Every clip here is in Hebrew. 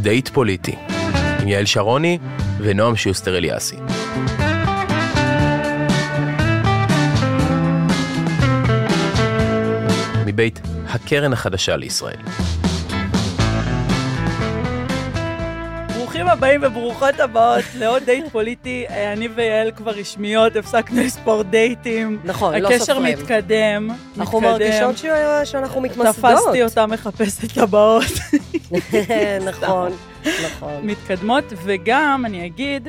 דייט פוליטי, עם יעל שרוני ונועם שוסטר אליאסי. מבית הקרן החדשה לישראל. ברוכים הבאים וברוכות הבאות לעוד דייט פוליטי. אני ויעל כבר רשמיות, הפסקנו לספור דייטים. נכון, לא הקשר סופרים. מתקדם. אנחנו מרגישות שאנחנו מתמסדות. תפסתי אותה מחפשת הבאות. נכון, נכון. מתקדמות, וגם אני אגיד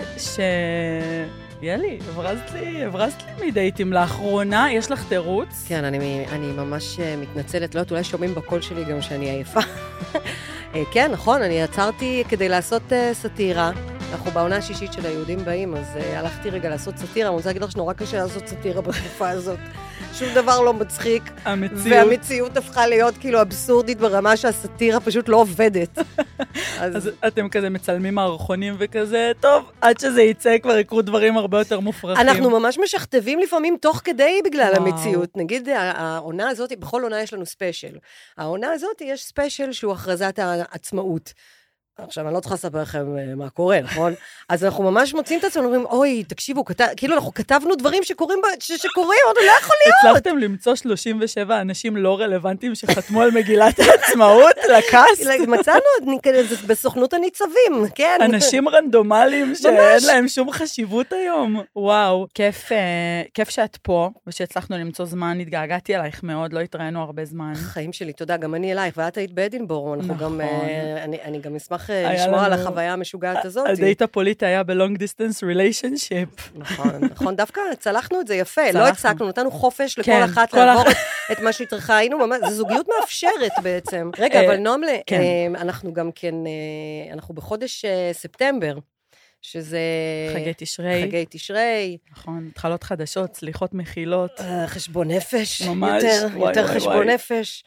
יאלי, הברזת לי מדייטים לאחרונה, יש לך תירוץ? כן, אני ממש מתנצלת, לא יודעת, אולי שומעים בקול שלי גם שאני עייפה. כן, נכון, אני עצרתי כדי לעשות סאטירה. אנחנו בעונה השישית של היהודים באים, אז הלכתי רגע לעשות סאטירה. אני רוצה להגיד לך שנורא קשה לעשות סאטירה בתקופה הזאת. שום דבר לא מצחיק. והמציאות הפכה להיות כאילו אבסורדית ברמה שהסאטירה פשוט לא עובדת. אז אתם כזה מצלמים מערכונים וכזה, טוב, עד שזה יצא כבר יקרו דברים הרבה יותר מופרכים. אנחנו ממש משכתבים לפעמים תוך כדי בגלל המציאות. נגיד, העונה הזאת, בכל עונה יש לנו ספיישל. העונה הזאת יש ספיישל שהוא הכרזת העצמאות. עכשיו, אני לא צריכה לספר לכם מה קורה, נכון? אז אנחנו ממש מוצאים את עצמנו, אומרים, אוי, תקשיבו, כאילו אנחנו כתבנו דברים שקורים, עוד לא יכול להיות. הצלחתם למצוא 37 אנשים לא רלוונטיים שחתמו על מגילת העצמאות לקאסט? מצאנו בסוכנות הניצבים, כן. אנשים רנדומליים שאין להם שום חשיבות היום. וואו, כיף שאת פה, ושהצלחנו למצוא זמן, התגעגעתי אלייך מאוד, לא התראינו הרבה זמן. חיים שלי, תודה, גם אני אלייך, ואת היית באדינבורו, אני גם אשמח לשמוע על החוויה המשוגעת הזאת. הדייט הפוליטי היה ב-long distance relationship. נכון, דווקא צלחנו את זה יפה, לא הצקנו, נתנו חופש לכל אחת לעבור את מה שהתרחה, היינו ממש, זו זוגיות מאפשרת בעצם. רגע, אבל נועם, אנחנו גם כן, אנחנו בחודש ספטמבר, שזה חגי תשרי. נכון, התחלות חדשות, סליחות מחילות. חשבון נפש, ממש. יותר חשבון נפש.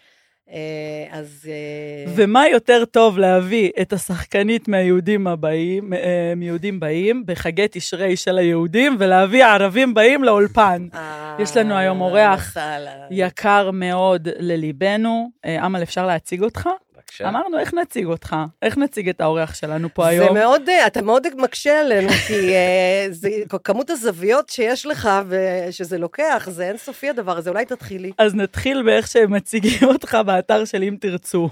אז ומה יותר טוב להביא את השחקנית מיהודים באים בחגי תשרי של היהודים, ולהביא הערבים באים לאולפן. יש לנו היום אורח יקר מאוד לליבנו. אמל, אפשר להציג אותך? אמרנו, איך נציג אותך? איך נציג את האורח שלנו פה היום? זה מאוד, אתה מאוד מקשה עלינו, כי כמות הזוויות שיש לך ושזה לוקח, זה אינסופי הדבר הזה, אולי תתחילי. אז נתחיל באיך שהם מציגים אותך באתר של אם תרצו.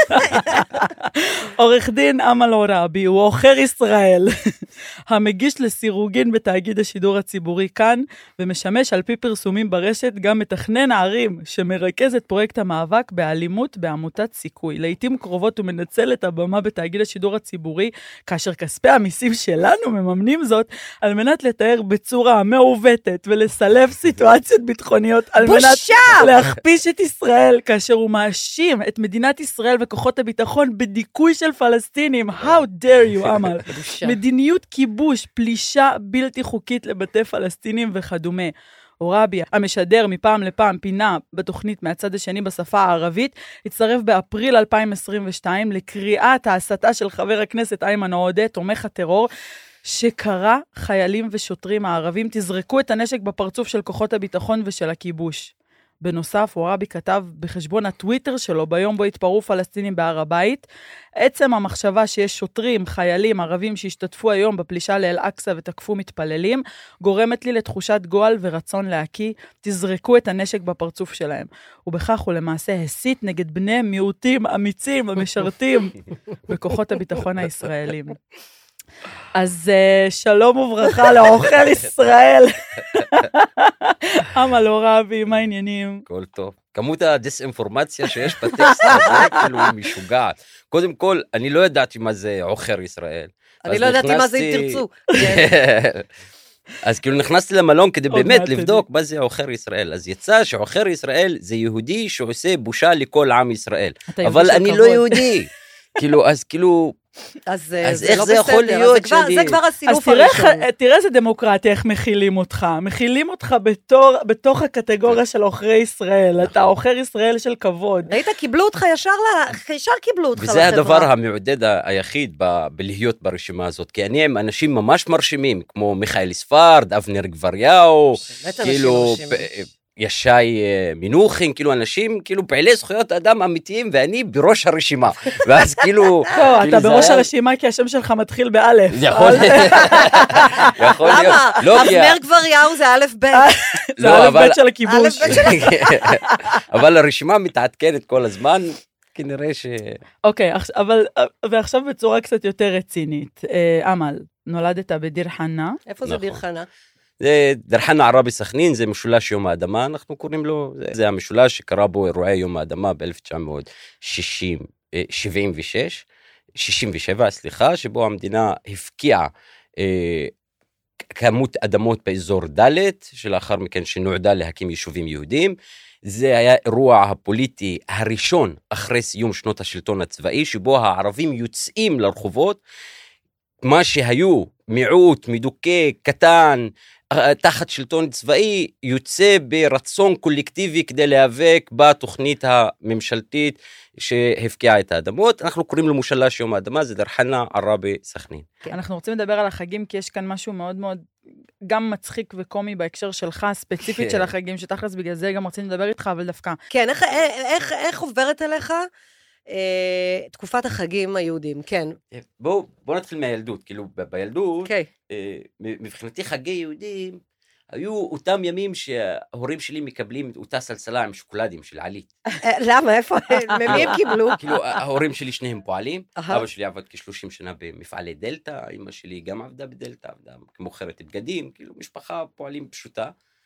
עורך דין אמל עוראבי, הוא עוכר ישראל, המגיש לסירוגין בתאגיד השידור הציבורי כאן, ומשמש על פי פרסומים ברשת גם מתכנן הערים, שמרכז את פרויקט המאבק באלימות בעמותת סיכוי. לעתים קרובות הוא מנצל את הבמה בתאגיד השידור הציבורי, כאשר כספי המיסים שלנו מממנים זאת, על מנת לתאר בצורה המעוותת ולסלב סיטואציות ביטחוניות, על מנת להכפיש את ישראל, כאשר הוא מאשים את מדינת ישראל וכוחות הביטחון בדיכוי של פלסטינים. How dare you, אמל? מדיניות כיבוש, פלישה בלתי חוקית לבתי פלסטינים וכדומה. עוראבי, המשדר מפעם לפעם פינה בתוכנית מהצד השני בשפה הערבית, הצטרף באפריל 2022 לקריאת ההסתה של חבר הכנסת איימן עודה, תומך הטרור, שקרא חיילים ושוטרים הערבים, תזרקו את הנשק בפרצוף של כוחות הביטחון ושל הכיבוש. בנוסף, עוראבי כתב בחשבון הטוויטר שלו, ביום בו התפרעו פלסטינים בהר הבית, עצם המחשבה שיש שוטרים, חיילים, ערבים שהשתתפו היום בפלישה לאל-אקצה ותקפו מתפללים, גורמת לי לתחושת גועל ורצון להקיא, תזרקו את הנשק בפרצוף שלהם. ובכך הוא למעשה הסית נגד בני מיעוטים אמיצים המשרתים בכוחות הביטחון הישראלים. אז שלום וברכה לעוכר ישראל. אמל עוראבי, מה העניינים? כל טוב. כמות הדיסאינפורמציה שיש בטקסט הזה, כאילו משוגעת. קודם כל, אני לא ידעתי מה זה עוכר ישראל. אני לא ידעתי מה זה אם תרצו. אז כאילו נכנסתי למלון כדי באמת לבדוק מה זה עוכר ישראל. אז יצא שעוכר ישראל זה יהודי שעושה בושה לכל עם ישראל. אבל אני לא יהודי. אז איך זה יכול להיות שאני... זה כבר הסילוף הראשון. אז תראה איזה דמוקרטיה, איך מכילים אותך. מכילים אותך בתוך הקטגוריה של עוכרי ישראל. אתה עוכר ישראל של כבוד. ראית, קיבלו אותך ישר קיבלו אותך בחברה. וזה הדבר המעודד היחיד בלהיות ברשימה הזאת. כי אני עם אנשים ממש מרשימים, כמו מיכאל ספרד, אבנר גבריהו, כאילו... ישי מנוחין, כאילו אנשים, כאילו פעילי זכויות אדם אמיתיים, ואני בראש הרשימה. ואז כאילו... לא, אתה בראש הרשימה כי השם שלך מתחיל באלף. יכול להיות. למה? אבנר גבריהו זה א' ב'. זה א' ב' של הכיבוש. אבל הרשימה מתעדכנת כל הזמן, כנראה ש... אוקיי, ועכשיו בצורה קצת יותר רצינית. אמל, נולדת בדיר חנה. איפה זה דיר חנה? זה דיר חנה עראבי סכנין, זה משולש יום האדמה, אנחנו קוראים לו, זה המשולש שקרה בו אירועי יום האדמה ב-1967, שבו המדינה הפקיעה כמות אדמות באזור ד' שלאחר מכן שנועדה להקים יישובים יהודים. זה היה אירוע הפוליטי הראשון אחרי סיום שנות השלטון הצבאי, שבו הערבים יוצאים לרחובות, מה שהיו מיעוט, מדוכא, קטן, תחת שלטון צבאי, יוצא ברצון קולקטיבי כדי להיאבק בתוכנית הממשלתית שהפקיעה את האדמות. אנחנו קוראים לו משולש יום האדמה, זה דיר חנה עראבי סכנין. אנחנו רוצים לדבר על החגים, כי יש כאן משהו מאוד מאוד גם מצחיק וקומי בהקשר שלך, ספציפית של החגים, שתכלס בגלל זה גם רצינו לדבר איתך, אבל דווקא. כן, איך עוברת אליך תקופת החגים היהודים, כן. בוא נתחיל מהילדות, כאילו בילדות, מבחינתי חגי יהודים, היו אותם ימים שההורים שלי מקבלים אותה סלסלה עם שוקולדים של עלית. למה? איפה? ממי הם קיבלו? כאילו, ההורים שלי שניהם פועלים, אבא שלי עבד כ-30 שנה במפעלי דלטה, אמא שלי גם עבדה בדלטה, עבדה כמוכרת בגדים, כאילו משפחה פועלים פשוטה,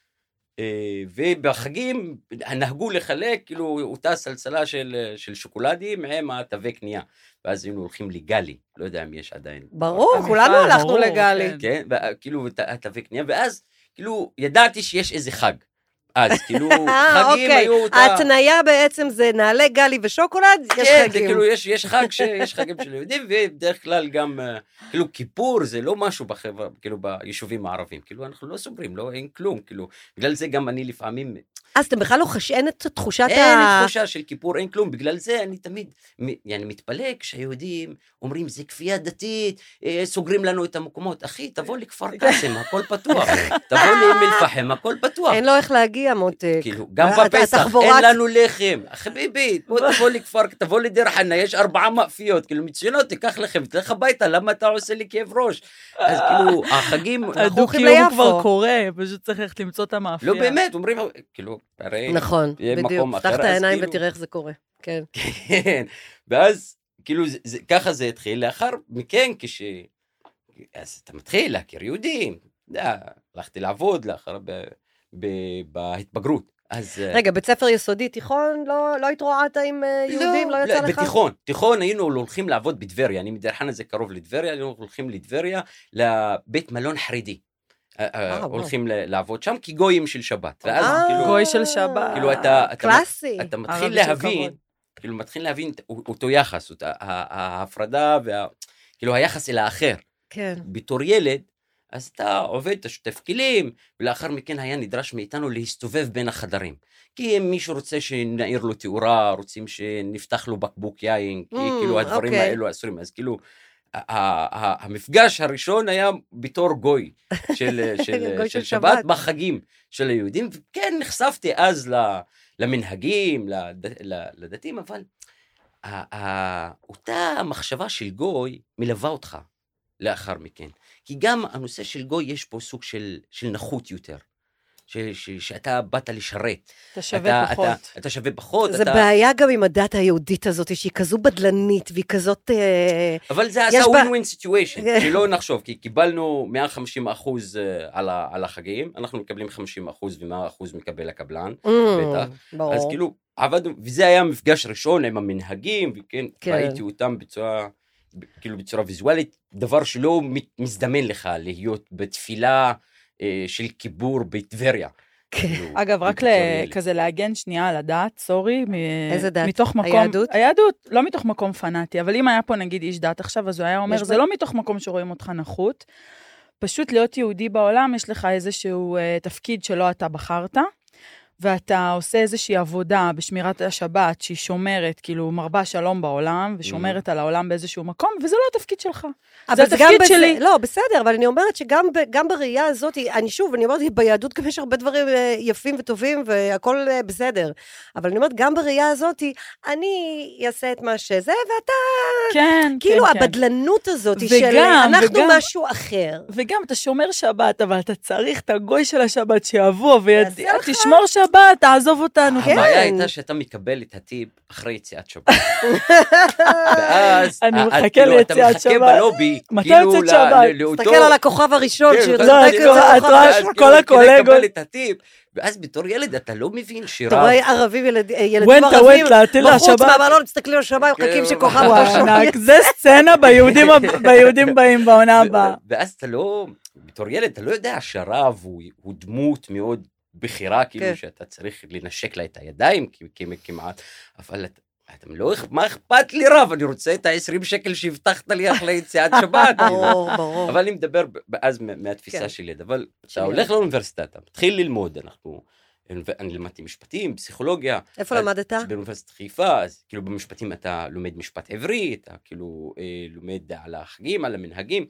ובחגים נהגו לחלק כאילו אותה סלסלה של שוקולדים עם התווי קנייה, ואז היינו הולכים לגלי, לא יודע אם יש עדיין. ברור, כולנו הלכנו לגלי. כן, כאילו התווי קנייה, ואז כאילו ידעתי שיש איזה חג. אז כאילו חגים היו אותה... ההתניה בעצם זה נעלי גלי ושוקולד, יש חגים. כן, כאילו יש חג יש חגים של יהודים, ובדרך כלל גם, כאילו כיפור זה לא משהו בחברה, כאילו ביישובים הערבים, כאילו אנחנו לא סוברים, לא, אין כלום, כאילו, בגלל זה גם אני לפעמים... אז אתם בכלל לא אין את תחושת אין את תחושה של כיפור, אין כלום, בגלל זה אני תמיד, מתפלא כשהיהודים אומרים, זה כפייה דתית, סוגרים לנו את המקומות, אחי, תבוא לכפר קאסם, הכל פתוח, תבוא לאום אל-פחם, הכל פתוח. אין לו איך להגיע, מותק. כאילו, גם בפסח, אין לנו לחם, חביבי, תבוא לכפר, תבוא לדיר חנה, יש 4 מאפיות, כאילו, מצוינות, תיקח לכם, תלך הביתה, למה אתה עושה לי כאב ראש? אז כאילו, החגים... הדו-קיום כבר קורה, פשוט צריך ללכת למצוא את המאפייה. לא באמת, אומרים, כאילו, נכון, בדיוק, פתח את העיניים ותראה איך זה קורה, כן. כן, ואז כאילו ככה זה התחיל, לאחר מכן אז אתה מתחיל להכיר יהודים, הלכתי לעבוד לאחר בהתבגרות. רגע, בית ספר יסודי, תיכון, לא התרועעת עם יהודים, לא יצא לך? בתיכון היינו הולכים לעבוד בדבריה, אני מדיר חנה זה קרוב לדבריה, היינו הולכים לדבריה לבית מלון חרדי. הולכים לעבוד שם כגויים של שבת. גוי של שבת. קלאסי. אתה מתחיל להבין אותו יחס, ההפרדה, כאילו היחס אל האחר. בתור ילד, אז אתה עובד, אתה שוטף כלים, ולאחר מכן היה נדרש מאיתנו להסתובב בין החדרים. כי אם מישהו רוצה שנעיר לו תאורה, רוצים שנפתח לו בקבוק יין, כאילו הדברים האלו אסורים, אז כאילו, המפגש הראשון היה בתור גוי של שבת בחגים של היהודים, וכן נחשפתי אז למנהגים, לדתיים, אבל אותה מחשבה של גוי מלווה אותך לאחר מכן, כי גם הנושא של גוי יש פה סוג של נחות יותר, שאתה באת לשרת. אתה שווה פחות. אתה שווה פחות. זה בעיה גם עם הדת היהודית הזאת, שהיא כזו בדלנית, והיא כזאת... אבל זה עשה win-win situation, שלא נחשוב, כי קיבלנו 150% על החגים, אנחנו מקבלים 50% ו100% מקבל הקבלן, בטח. אז כאילו, עבדנו, וזה היה מפגש ראשון עם המנהגים, וכן, ראיתי אותם בצורה ויזואלית, דבר שלא מזדמן לך להיות בתפילה, של כיבור בטבריה. אגב, רק כזה להגן שנייה על הדת, סורי, איזה דת? מתוך מקום... היהדות? היהדות, לא מתוך מקום פנאטי, אבל אם היה פה נגיד איש דת עכשיו, אז הוא היה אומר, זה לא מתוך מקום שרואים אותך נחות, פשוט להיות יהודי בעולם, יש לך איזשהו תפקיד שלא אתה בחרת, ואתה עושה איזושהי עבודה בשמירת השבת, שהיא שומרת, כאילו מרבה שלום בעולם, ושומרת על העולם באיזשהו מקום, וזה לא התפקיד שלך. זה התפקיד שלי. לא, בסדר, אבל אני אומרת שגם בראייה הזאת, אני אומרת, ביהדות גם יש הרבה דברים יפים וטובים, והכל בסדר. אבל אני אומרת, גם בראייה הזאת, אני אעשה את מה שזה, ואתה... כן, כאילו, כן, הבדלנות הזאת, של אנחנו משהו אחר. וגם אתה שומר שבת, אבל אתה צריך את הגוי של השבת שיבוא, ותשמור שבת, תעזוב אותנו. הבעיה הייתה שאתה מקבל את הטיפ אחרי יציאת שבת. ואז... אני מחכה ליציאת שבת. אתה מחכה בלובי. מתי יוצאת שבת? תסתכל על הכוכב הראשון, כל הקולגות. כדי לקבל את הטיפ. ואז בתור ילד אתה לא מבין שירה. אתה רואה ערבים, ילדים ערבים, בחוץ מהבלון, מסתכלים על שמיים, מחכים שכוכב ראשון. זה סצנה ביהודים באים בעונה הבאה. ואז אתה לא, בתור ילד, אתה לא יודע שהרב הוא דמות מאוד בחירה, כאילו שאתה צריך לנשק לה את הידיים כמעט, אבל מה אכפת לי רב? אני רוצה את ה-20 שקל שהבטחת לי אחרי יציאת שבת. ברור. אבל אני מדבר אז מהתפיסה שלי, אבל אתה הולך לאוניברסיטה, אתה מתחיל ללמוד, אני למדתי משפטים, פסיכולוגיה. איפה למדת? באוניברסיטת חיפה, אז כאילו במשפטים אתה לומד משפט עברי, אתה כאילו לומד על החגים, על המנהגים,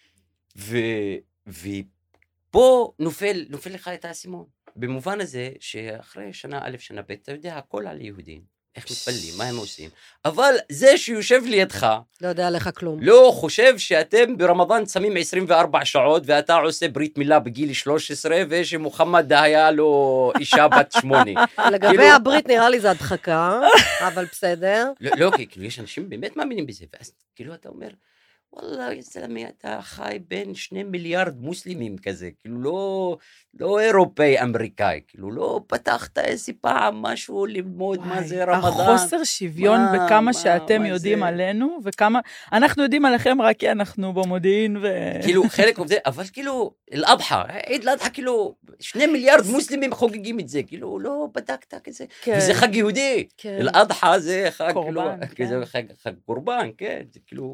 ופה נופל לך את האסימון. במובן הזה שאחרי שנה א', שנה ב', אתה יודע הכל על יהודים. איך מתפללים, מה הם עושים. אבל זה שיושב לידך, לא יודע עליך כלום. לא חושב שאתם ברמדאן שמים 24 שעות, ואתה עושה ברית מילה בגיל 13, ושמוחמד היה לו אישה בת 8. לגבי הברית נראה לי זה הדחקה, אבל בסדר. לא, כאילו יש אנשים באמת מאמינים בזה, ואז כאילו אתה אומר, וואלה, סלמי, אתה חי בין 2 מיליארד מוסלמים כזה, כאילו לא אירופאי, אמריקאי, כאילו לא פתחת איזה פעם משהו ללמוד מה זה רמדאן. החוסר שוויון בכמה שאתם יודעים עלינו, וכמה, אנחנו יודעים עליכם רק כי אנחנו במודיעין כאילו חלק מזה, אבל כאילו, אל-אדחא, עיד אל-אדחא, כאילו, 2 מיליארד מוסלמים חוגגים את זה, כאילו לא בדקת כזה, וזה חג יהודי, אל-אדחא זה חג קורבן, כן, זה כאילו...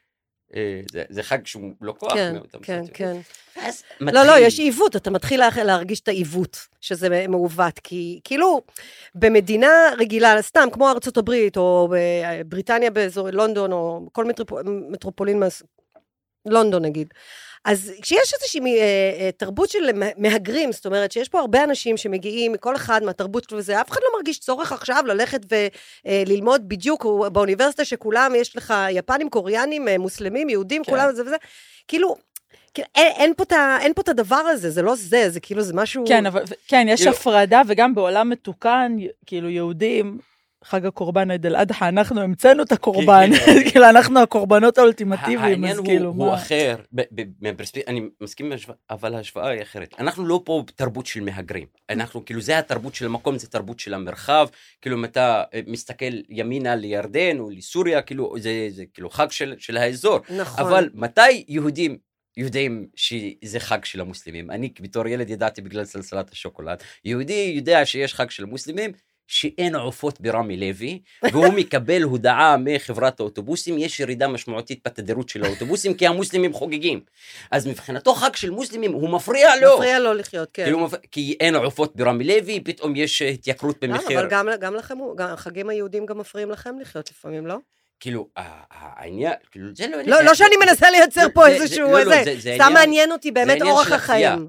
זה חג שהוא לא כוח. כן. לא, יש עיוות, אתה מתחיל להרגיש את העיוות, שזה מעוות, כי כאילו, במדינה רגילה, סתם, כמו ארצות הברית, או בבריטניה באזור לונדון, או כל מטרופולין, לונדון נגיד, אז כשיש איזושהי תרבות של מהגרים, זאת אומרת שיש פה הרבה אנשים שמגיעים מכל אחד מהתרבות שלו וזה, אף אחד לא מרגיש צורך עכשיו ללכת וללמוד בדיוק באוניברסיטה שכולם, יש לך יפנים, קוריאנים, מוסלמים, יהודים, כולם וזה וזה, כאילו, אין פה את הדבר הזה, זה לא זה כאילו זה משהו... כן, יש הפרדה וגם בעולם מתוקן, כאילו יהודים... חג הקורבן עיד אל-אדחא, אנחנו המצאנו את הקורבן, כאילו אנחנו הקורבנות האולטימטיביים, אז כאילו מה... העניין הוא אחר, אני מסכים, אבל ההשוואה היא אחרת. אנחנו לא פה תרבות של מהגרים, אנחנו כאילו זה התרבות של המקום, זה תרבות של המרחב, כאילו אם אתה מסתכל ימינה לירדן או לסוריה, כאילו זה כאילו חג של האזור. אבל מתי יהודים יודעים שזה חג של המוסלמים? אני בתור ילד ידעתי בגלל סלסלת השוקולד, יהודי יודע שיש חג של המוסלמים, שאין עופות ברמי לוי, והוא מקבל הודעה מחברת האוטובוסים, יש ירידה משמעותית בתדירות של האוטובוסים, כי המוסלמים חוגגים. אז מבחינתו חג של מוסלמים, הוא מפריע לו. מפריע לו לחיות, כן. כי אין עופות ברמי לוי, פתאום יש התייקרות במחיר. אבל גם לכם, החגים היהודים גם מפריעים לכם לחיות לפעמים, לא? כאילו, העניין, כאילו, זה לא שאני מנסה לייצר פה איזשהו, סתם מעניין אותי באמת אורח החיים.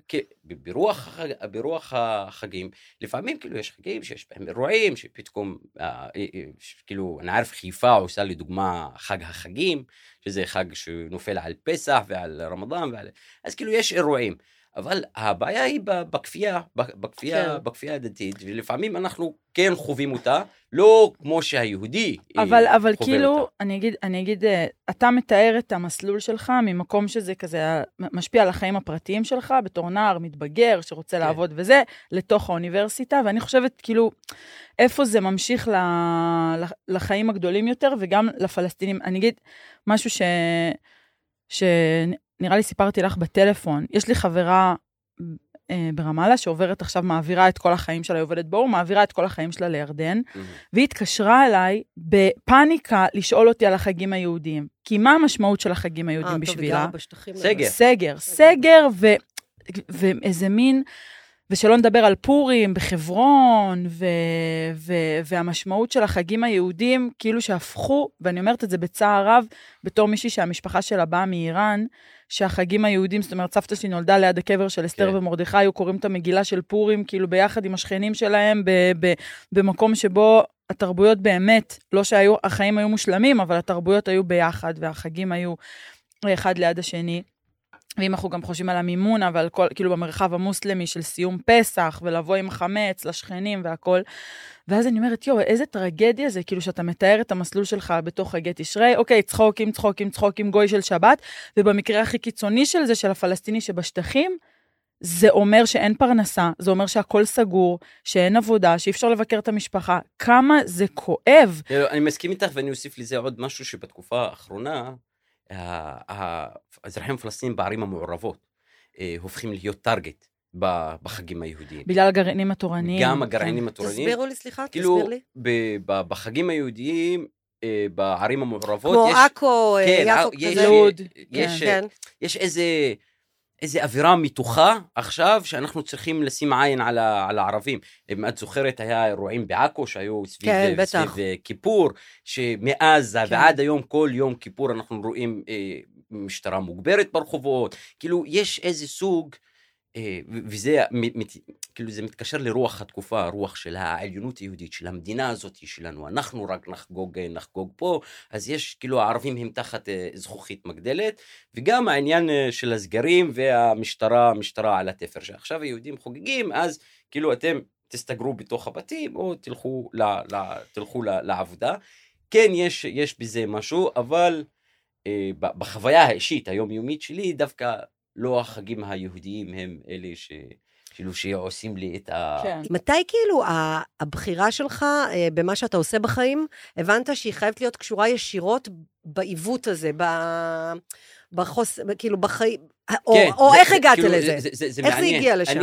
ברוח החגים, לפעמים כאילו יש חגים שיש בהם אירועים, שפתאום, כאילו, נערף חיפה עושה לדוגמה חג החגים, שזה חג שנופל על פסח ועל רמדאן, אז כאילו יש אירועים. אבל הבעיה היא בכפייה הדתית, ולפעמים אנחנו כן חווים אותה, לא כמו שהיהודי אבל כאילו, אני אגיד, אתה מתאר את המסלול שלך, ממקום שזה כזה משפיע על החיים הפרטיים שלך, בתור נער מתבגר, שרוצה לעבוד וזה, לתוך האוניברסיטה, ואני חושבת כאילו, איפה זה ממשיך לחיים הגדולים יותר, וגם לפלסטינים. אני אגיד משהו נראה לי סיפרתי לך בטלפון, יש לי חברה ברמאללה שעוברת עכשיו, מעבירה את כל החיים שלה, היא עובדת בו, מעבירה את כל החיים שלה לירדן, והיא התקשרה אליי בפאניקה לשאול אותי על החגים היהודיים. כי מה המשמעות של החגים היהודיים בשבילה? סגר. סגר, ואיזה מין, ושלא נדבר על פורים בחברון, והמשמעות של החגים היהודים, כאילו שהפכו, ואני אומרת את זה בצער רב, בתור מישהי שהמשפחה שלה באה מאיראן, שהחגים היהודים, זאת אומרת, סבתא שלי נולדה ליד הקבר של אסתר ומרדכי, היו קוראים את המגילה של פורים, כאילו ביחד עם השכנים שלהם, במקום שבו התרבויות באמת, לא שהחיים היו מושלמים, אבל התרבויות היו ביחד, והחגים היו אחד ליד השני. ואם אנחנו גם חושבים על המימונה, ועל כל, כאילו במרחב המוסלמי של סיום פסח, ולבוא עם חמץ לשכנים והכל. ואז אני אומרת, איזה טרגדיה זה, כאילו שאתה מתאר את המסלול שלך בתוך חגי תשרי, אוקיי, צחוקים, גוי של שבת, ובמקרה הכי קיצוני של זה, של הפלסטיני שבשטחים, זה אומר שאין פרנסה, זה אומר שהכל סגור, שאין עבודה, שאי אפשר לבקר את המשפחה. כמה זה כואב. אני מסכים איתך, ואני אוסיף לזה עוד משהו שבתקופה האחרונה, האזרחים הפלסטינים בערים המעורבות הופכים להיות טארגט בחגים היהודיים. בגלל הגרעינים התורניים. גם הגרעינים התורניים. תסבירו לי, סליחה, כאילו, תסביר לי. בחגים היהודיים, בערים המעורבות, כמו אקו, יפו כזה. יש איזה אווירה מתוחה עכשיו, שאנחנו צריכים לשים עין על הערבים. אם את זוכרת, היה אירועים בעכו, שהיו סביב כיפור, שמאז ועד היום, כל יום כיפור, אנחנו רואים משטרה מוגברת ברחובות, כאילו יש איזה סוג, וזה כאילו זה מתקשר לרוח התקופה, הרוח של העליונות היהודית, של המדינה הזאת שלנו, אנחנו רק נחגוג פה, אז יש כאילו הערבים הם תחת זכוכית מגדלת, וגם העניין של הסגרים והמשטרה על התפר, שעכשיו היהודים חוגגים, אז כאילו אתם תסתגרו בתוך הבתים, או תלכו לעבודה. כן, יש בזה משהו, אבל בחוויה האישית, היומיומית שלי, דווקא לא החגים היהודיים הם אלה שעושים לי את ה... כן. מתי כאילו הבחירה שלך במה שאתה עושה בחיים, הבנת שהיא חייבת להיות קשורה ישירות בעיוות הזה, כאילו בחיים, או איך הגעת לזה? איך זה הגיע לשם?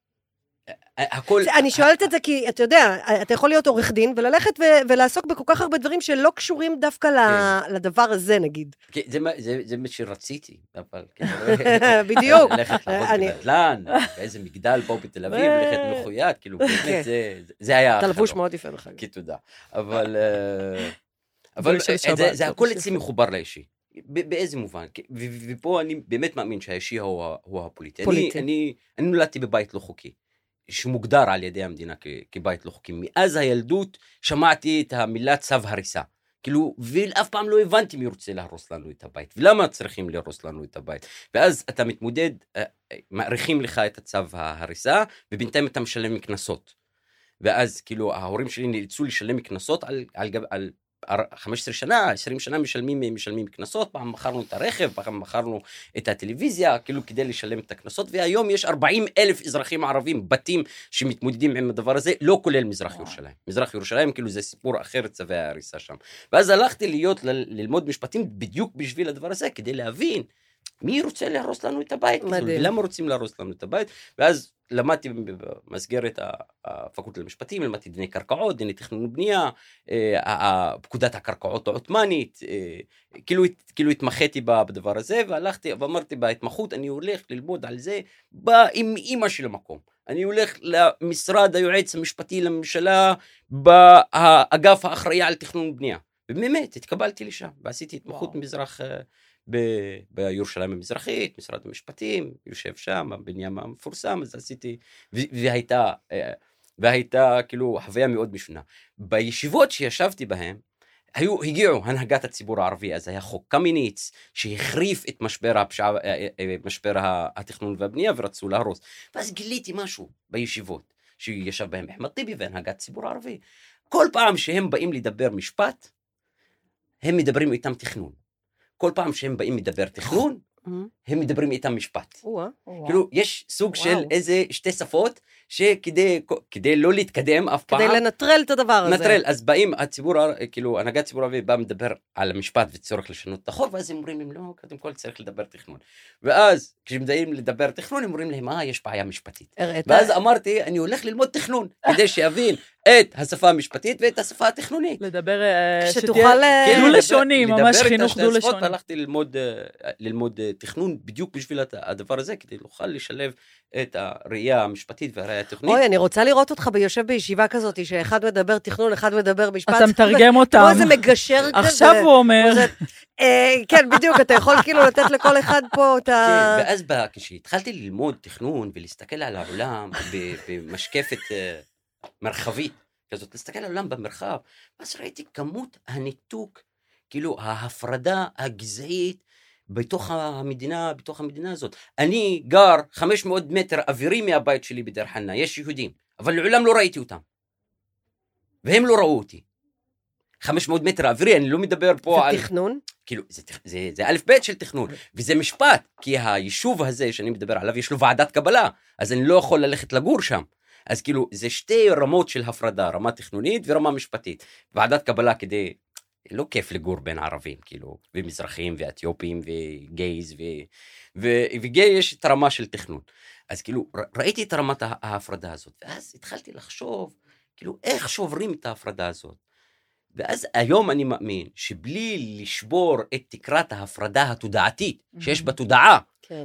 אני שואלת את זה כי, אתה יודע, אתה יכול להיות עורך דין וללכת ולעסוק בכל כך הרבה דברים שלא קשורים דווקא לדבר הזה, נגיד. זה מה שרציתי, אבל... בדיוק. ללכת לעבוד בנדל"ן, באיזה מגדל פה בתל אביב, ללכת מחויית, כאילו, באמת, זה היה... אתה לבוש מאוד יפה לך. כי תודה. אבל זה הכל אצלי מחובר לאישי. באיזה מובן? ופה אני באמת מאמין שהאישי הוא הפוליטי. אני נולדתי בבית לא חוקי. שמוגדר על ידי המדינה כבית לא חוקי. מאז הילדות שמעתי את המילה צו הריסה. כאילו, ואף פעם לא הבנתי מי רוצה להרוס לנו את הבית. ולמה צריכים להרוס לנו את הבית? ואז אתה מתמודד, מעריכים לך את הצו ההריסה, ובינתיים אתה משלם מקנסות. ואז כאילו, ההורים שלי נאלצו לשלם מקנסות על 15 שנה, 20 שנה משלמים קנסות, פעם מכרנו את הרכב, פעם מכרנו את הטלוויזיה, כאילו כדי לשלם את הקנסות, והיום יש 40,000 אזרחים ערבים, בתים שמתמודדים עם הדבר הזה, לא כולל מזרח ירושלים. מזרח ירושלים, כאילו זה סיפור אחר, צווי ההריסה שם. ואז הלכתי ללמוד משפטים בדיוק בשביל הדבר הזה, כדי להבין מי רוצה להרוס לנו את הבית, למה רוצים להרוס לנו את הבית, ואז למדתי במסגרת הפקולטה למשפטים, למדתי דיני קרקעות, דיני תכנון ובנייה, פקודת הקרקעות העות'מאנית, כאילו התמחיתי בדבר הזה, והלכתי ואמרתי בהתמחות, אני הולך ללמוד על זה, עם אמא של המקום. אני הולך למשרד היועץ המשפטי לממשלה, באגף האחראי על תכנון ובנייה. ובאמת, התקבלתי לשם, ועשיתי התמחות מזרח... בירושלים המזרחית, משרד המשפטים, יושב שם, הבניין המפורסם, אז עשיתי, והייתה כאילו חוויה מאוד משונה. בישיבות שישבתי בהן, הגיעו הנהגת הציבור הערבי, אז היה חוק קמיניץ, שהחריף את משבר התכנון והבנייה, ורצו להרוס. ואז גיליתי משהו בישיבות, שישב בהם אחמד טיבי והנהגת הציבור הערבי. כל פעם שהם באים לדבר משפט, הם מדברים איתם תכנון. כל פעם שהם באים לדבר תכנון, הם מדברים איתם משפט. כאילו, יש סוג של איזה שתי שפות, שכדי לא להתקדם אף פעם... כדי לנטרל את הדבר הזה. נטרל, אז באים הציבור, כאילו, הנהגת הציבור הערבי בא מדבר על המשפט וצורך לשנות את החוק, ואז הם אומרים להם, לא, קודם כל צריך לדבר תכנון. ואז, כשהם באים לדבר תכנון, הם אומרים להם, יש בעיה משפטית. ואז אמרתי, אני הולך ללמוד תכנון, כדי שיבין את השפה המשפטית ואת השפה התכנונית. לדבר, שתוכל... דו לשוני, ממש חינוך דו לשוני. הלכתי ללמוד תכנון בדיוק בשביל הדבר הזה, כדי נוכל לשלב את הראייה המשפטית והראייה התכנונית. אוי, אני רוצה לראות אותך ביושב בישיבה כזאת, שאחד מדבר תכנון, אחד מדבר משפט. אתה מתרגם אותם. כמו איזה מגשר כזה. עכשיו הוא אומר. כן, בדיוק, אתה יכול כאילו לתת לכל אחד פה את ה... כן, ואז כשהתחלתי ללמוד תכנון ולהסתכל על העולם במשקפת מרחבית, כזאת, להסתכל על העולם במרחב, אז ראיתי כמות הניתוק, כאילו ההפרדה הגזעית בתוך המדינה הזאת. אני גר 500 מטר אווירי מהבית שלי בדיר חנא, יש יהודים, אבל לעולם לא ראיתי אותם. והם לא ראו אותי. 500 מטר אווירי, אני לא מדבר פה על... זה תכנון? כאילו, זה א' ב' של תכנון, וזה משפט, כי היישוב הזה שאני מדבר עליו, יש לו ועדת קבלה, אז אני לא יכול ללכת לגור שם. אז כאילו, זה שתי רמות של הפרדה, רמה תכנונית ורמה משפטית. ועדת קבלה כדי, לא כיף לגור בין ערבים, כאילו, ומזרחים ואתיופים וגייז, וגיי יש את הרמה של תכנון. אז כאילו, ראיתי את רמת ההפרדה הזאת, ואז התחלתי לחשוב, כאילו, איך שוברים את ההפרדה הזאת. ואז היום אני מאמין שבלי לשבור את תקרת ההפרדה התודעתית שיש בתודעה,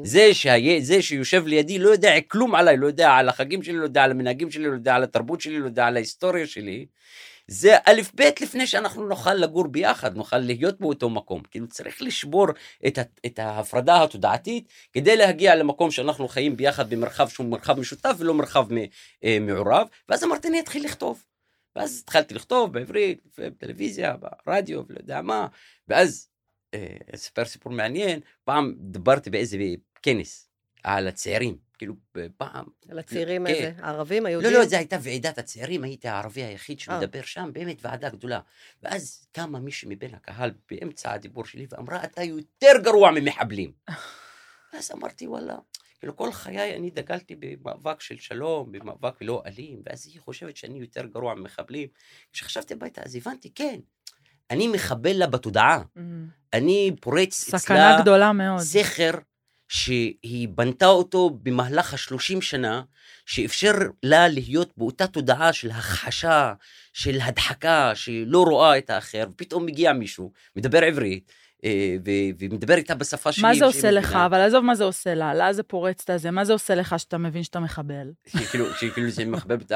זה שיושב לידי לא יודע כלום עליי, לא יודע על החגים שלי, לא יודע על המנהגים שלי, לא יודע על התרבות שלי, לא יודע על ההיסטוריה שלי, זה א' ב' לפני שאנחנו נוכל לגור ביחד, נוכל להיות באותו מקום. כאילו צריך לשבור את ההפרדה התודעתית כדי להגיע למקום שאנחנו חיים ביחד במרחב שהוא מרחב משותף ולא מרחב מעורב. ואז אמרתי אני אתחיל לכתוב. ואז התחלתי לכתוב בעברית, בטלוויזיה, ברדיו, ולא יודע מה, ואז אספר סיפור מעניין, פעם דברתי באיזה כנס על הצעירים, כאילו פעם... על הצעירים איזה? הערבים, היהודים? לא, זה הייתה ועידת הצעירים, הייתי הערבי היחיד שמדבר שם, באמת ועדה גדולה, ואז קמה מישהו מבין הקהל באמצע הדיבור שלי, ואמרה, אתה יותר גרוע ממחבלים. ואז אמרתי, וואלה, כאילו כל חיי אני דגלתי במאבק של שלום, במאבק לא אלים, ואז היא חושבת שאני יותר גרוע ממחבלים. כשחשבתי הביתה, אז הבנתי, כן, אני מחבל לה בתודעה. אני פורץ סכנה גדולה מאוד. סכר שהיא בנתה אותו במהלך 30 שנה, שאפשר לה להיות באותה תודעה של הכחשה, של הדחקה, שלא רואה את האחר, ופתאום מגיע מישהו, מדבר עברית, ומדבר איתה בשפה שלי. מה זה עושה לך? אבל עזוב מה זה עושה לה, לה זה פורץ את הזה, מה זה עושה לך שאתה מבין שאתה מחבל? כאילו זה מחבל אותה,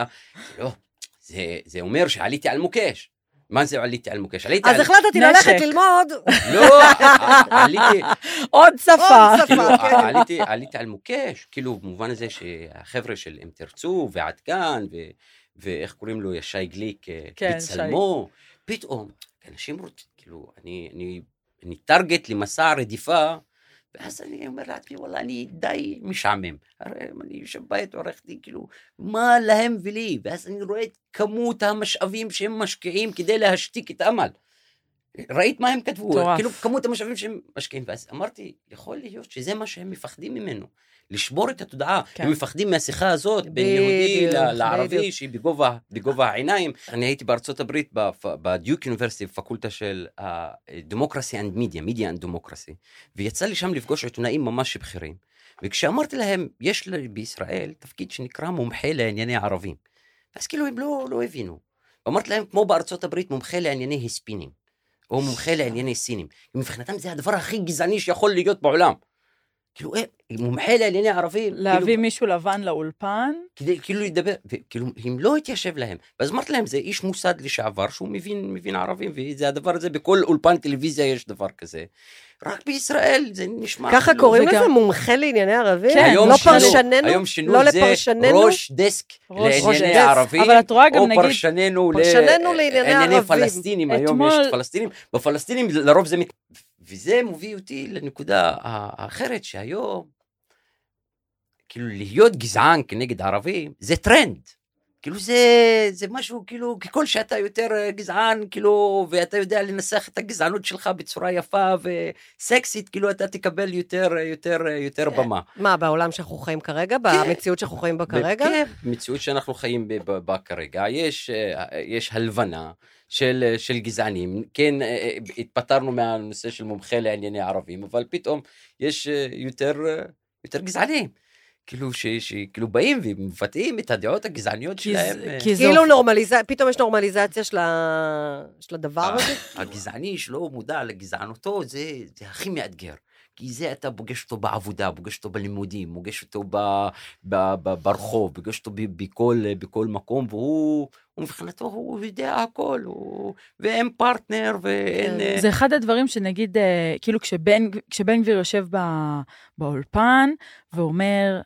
זה אומר שעליתי על מוקש. מה זה עליתי על מוקש? אז החלטתי ללכת ללמוד. לא, עליתי... עוד שפה. עליתי על מוקש, כאילו במובן הזה שהחבר'ה של אם תרצו ועד כאן, ואיך קוראים לו ישי גליק בצלמו, פתאום, אנשים רוצים, כאילו, אני טרגט למסע רדיפה, ואז אני אומר לעצמי, וואלה, אני די משעמם. הרי אני יושב בית עורך דין, כאילו, מה להם ולי? ואז אני רואה את כמות המשאבים שהם משקיעים כדי להשתיק את אמל. ראית מה הם כתבו? כאילו, כמות המשאבים שהם משקיעים. ואז אמרתי, יכול להיות שזה מה שהם מפחדים ממנו. לשבור את התודעה. הם מפחדים מהשיחה הזאת בין יהודי לערבי, שהיא בגובה העיניים. אני הייתי בארצות הברית, בדיוק אוניברסיטי, בפקולטה של דמוקרסי and מדיה and דמוקרסי, ויצא לי שם לפגוש עיתונאים ממש בכירים. וכשאמרתי להם, יש בישראל תפקיד שנקרא מומחה לענייני ערבים. אז כאילו הם לא הבינו. ואמרתי להם, כמו בארצות הברית, מומחה לענייני הספינים, או מומחה לענייני סינים. מבחינתם זה הדבר הכי גזעני שיכול להיות בעולם. כאילו, מומחה לענייני ערבים. להביא מישהו לבן לאולפן. כדי, כאילו, לדבר, וכאילו, הם לא התיישב להם. ואז אמרתי להם, זה איש מוסד לשעבר, שהוא מבין ערבים, וזה הדבר הזה, בכל אולפן טלוויזיה יש דבר כזה. רק בישראל זה נשמע... ככה קוראים לזה מומחה לענייני ערבים? כן. לא פרשננו? היום שינו זה ראש דסק לענייני ערבים, אבל את רואה גם או נגיד... פרשננו לענייני פלסטינים, היום יש פלסטינים, בפלסטינים לרוב זה... וזה מוביא אותי לנקודה האחרת, שהיום, כאילו, להיות גזען כנגד ערבים, זה טרנד. כאילו, זה משהו, כאילו, ככל שאתה יותר גזען, כאילו, ואתה יודע לנסח את הגזענות שלך בצורה יפה וסקסית, כאילו, אתה תקבל יותר במה. מה, בעולם שאנחנו חיים כרגע? במציאות שאנחנו חיים בה כרגע? כן, במציאות שאנחנו חיים בה כרגע. יש הלבנה של גזענים. כן, התפטרנו מהנושא של מומחה לענייני ערבים, אבל פתאום יש יותר גזענים. כאילו באים ומבטאים את הדעות הגזעניות שלהם. כאילו פתאום יש נורמליזציה של הדבר הזה. הגזעני שלא מודע לגזענותו, זה הכי מאתגר. כי זה אתה פוגש אותו בעבודה, פוגש אותו בלימודים, פוגש אותו ברחוב, פוגש אותו בכל מקום, והוא מבחינתו, הוא יודע הכל, ואין פרטנר, ואין... זה אחד הדברים שנגיד, כאילו כשבן גביר יושב באולפן, ואומר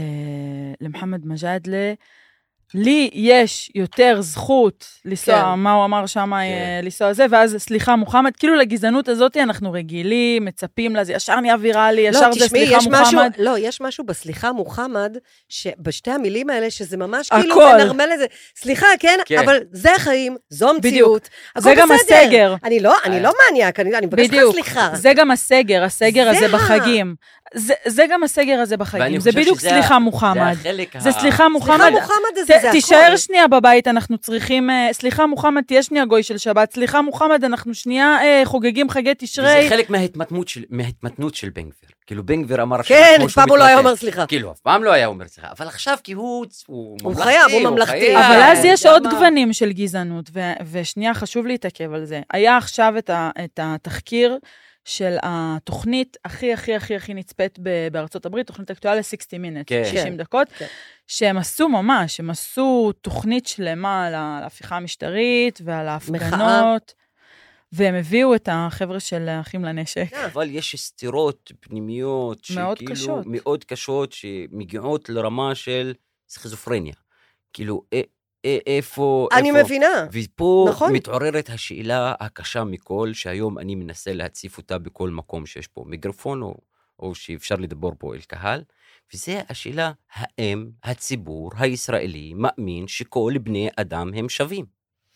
למחמד מג'אדלה, לי יש יותר זכות לנסוע, מה הוא אמר שם, לנסוע זה, ואז סליחה מוחמד, כאילו לגזענות הזאת אנחנו רגילים, מצפים לזה, ישר נהיה ויראלי, ישר זה סליחה מוחמד. לא, יש משהו בסליחה מוחמד, שבשתי המילים האלה, שזה ממש כאילו מנרמל לזה, סליחה, כן, אבל זה החיים, זו המציאות, זה גם הסגר. אני לא מניאק, אני מבקש לך סליחה. זה גם הסגר הזה בחגים. זה גם הסגר הזה בחגים, זה בדיוק סליחה מוחמד. זה סליחה מוחמד. תישאר שנייה בבית, אנחנו צריכים, סליחה מוחמד, תהיה שנייה גוי של שבת, סליחה מוחמד, אנחנו שנייה חוגגים חגי תשרי. וזה חלק מההתמתנות של בן גביר. כאילו בן גביר אמר... כן, אף פעם הוא לא היה אומר סליחה. כאילו, אף פעם לא היה אומר סליחה, אבל עכשיו כי הוא חייב, הוא ממלכתי. אבל אז יש עוד גוונים של גזענות, ושנייה חשוב להתעכב על זה. היה עכשיו את התחקיר, של התוכנית הכי נצפית בארצות הברית, תוכנית אקטואליה 60 minutes, 60 דקות, שהם עשו ממש, הם עשו תוכנית שלמה על ההפיכה המשטרית ועל ההפגנות, והם הביאו את החבר'ה של האחים לנשק. אבל יש סתירות פנימיות, שכאילו מאוד קשות, שמגיעות לרמה של סכיזופרניה. כאילו, איפה... אני מבינה. ופה מתעוררת השאלה הקשה מכל, שהיום אני מנסה להציף אותה בכל מקום שיש פה מיקרופון, או שאפשר לדבר פה אל קהל, וזה השאלה, האם הציבור הישראלי מאמין שכל בני אדם הם שווים?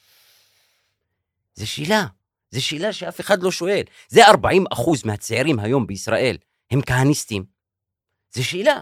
זו שאלה שאף אחד לא שואל. זה 40% מהצעירים היום בישראל, הם כהניסטים. זו שאלה.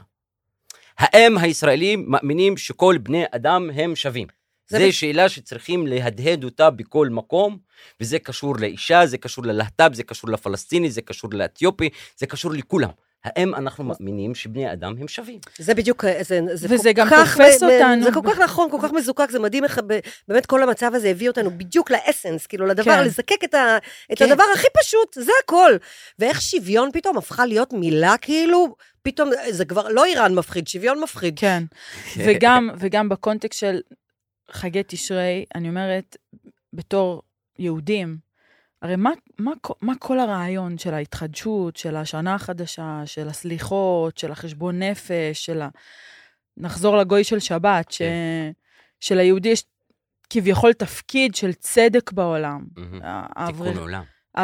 האם הישראלים מאמינים שכל בני אדם הם שווים? זו שאלה שצריכים להדהד אותה בכל מקום, וזה קשור לאישה, זה קשור ללהט"ב, זה קשור לפלסטיני, זה קשור לאתיופי, זה קשור לכולם. האם אנחנו מאמינים שבני אדם הם שווים? זה בדיוק, וזה גם תופס אותנו. זה כל כך נכון, כל כך מזוקק, זה מדהים איך באמת כל המצב הזה הביא אותנו בדיוק לאסנס, כאילו לדבר, לזקק את הדבר הכי פשוט, זה הכל. ואיך שוויון פתאום הפכה להיות מילה כאילו, פתאום זה כבר לא איראן מפחיד, שוויון מפחיד. כן, וגם בקונטקסט של חגי תשרי, אני אומרת, בתור יהודים, הרי מה כל הרעיון של ההתחדשות, של השנה החדשה, של הסליחות, של החשבון נפש, נחזור לגוי של שבת, של היהודי יש כביכול תפקיד של צדק בעולם. תיקון עולם.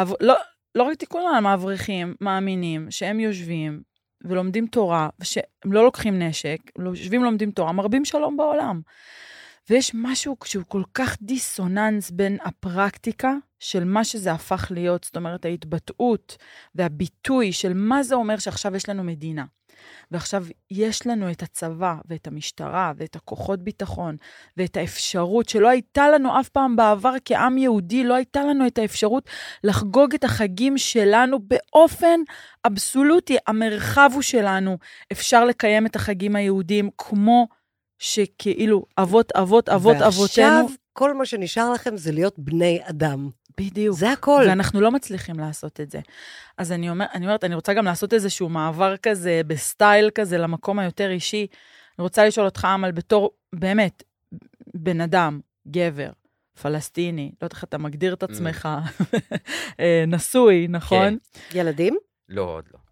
לא רק תיקון עולם, האברכים מאמינים שהם יושבים ולומדים תורה, ושהם לא לוקחים נשק, יושבים לומדים תורה, מרבים שלום בעולם. ויש משהו שהוא כל כך דיסוננס בין הפרקטיקה של מה שזה הפך להיות, זאת אומרת, ההתבטאות והביטוי של מה זה אומר שעכשיו יש לנו מדינה. ועכשיו יש לנו את הצבא ואת המשטרה ואת הכוחות ביטחון ואת האפשרות שלא הייתה לנו אף פעם בעבר כעם יהודי, לא הייתה לנו את האפשרות לחגוג את החגים שלנו באופן אבסולוטי. המרחב הוא שלנו, אפשר לקיים את החגים היהודיים כמו שכאילו אבותינו. ועכשיו כל מה שנשאר לכם זה להיות בני אדם. בדיוק. זה הכל. ואנחנו לא מצליחים לעשות את זה. אז אני אומרת, אני רוצה גם לעשות איזשהו מעבר כזה, בסטייל כזה, למקום היותר אישי. אני רוצה לשאול אותך, עמל, בתור, באמת, בן אדם, גבר, פלסטיני, לא יודעת איך אתה מגדיר את עצמך, נשוי, נכון? ילדים? לא, עוד לא.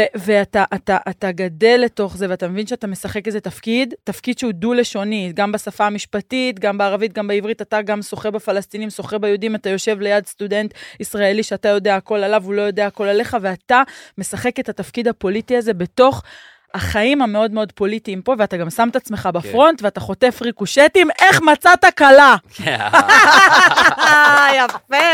ואתה גדל לתוך זה, ואתה מבין שאתה משחק איזה תפקיד שהוא דו-לשוני, גם בשפה המשפטית, גם בערבית, גם בעברית, אתה גם שוחה בפלסטינים, שוחה ביהודים, אתה יושב ליד סטודנט ישראלי שאתה יודע הכל עליו, הוא לא יודע הכל עליך, ואתה משחק את התפקיד הפוליטי הזה בתוך החיים המאוד מאוד פוליטיים פה, ואתה גם שם את עצמך בפרונט, ואתה חוטף ריקושטים, איך מצאת קלה? יפה!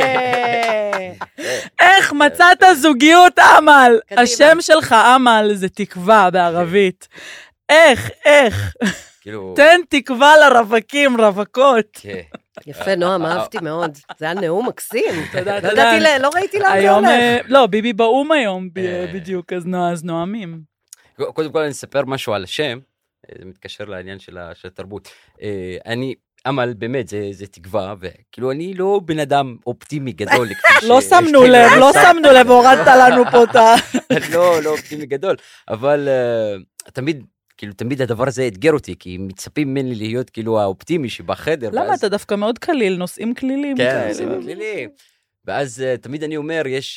איך מצאת זוגיות, עמל? השם שלך, עמל, זה תקווה בערבית. איך? תן תקווה לרווקים, רווקות. יפה, נועם, אהבתי מאוד. זה היה נאום מקסים. תודה. לא ראיתי לאן זה הולך. לא, ביבי באום היום בדיוק, אז נועמים. קודם כל אני אספר משהו על השם, זה מתקשר לעניין של התרבות. אני, אמל, באמת, זה תקווה, וכאילו אני לא בן אדם אופטימי גדול. לא שמנו לב, הורדת לנו פה את ה... לא אופטימי גדול, אבל תמיד הדבר הזה אתגר אותי, כי מצפים ממני להיות כאילו האופטימי שבחדר. למה? אתה דווקא מאוד קליל, נושאים כלילים. כן, נושאים כלילים. ואז תמיד אני אומר, יש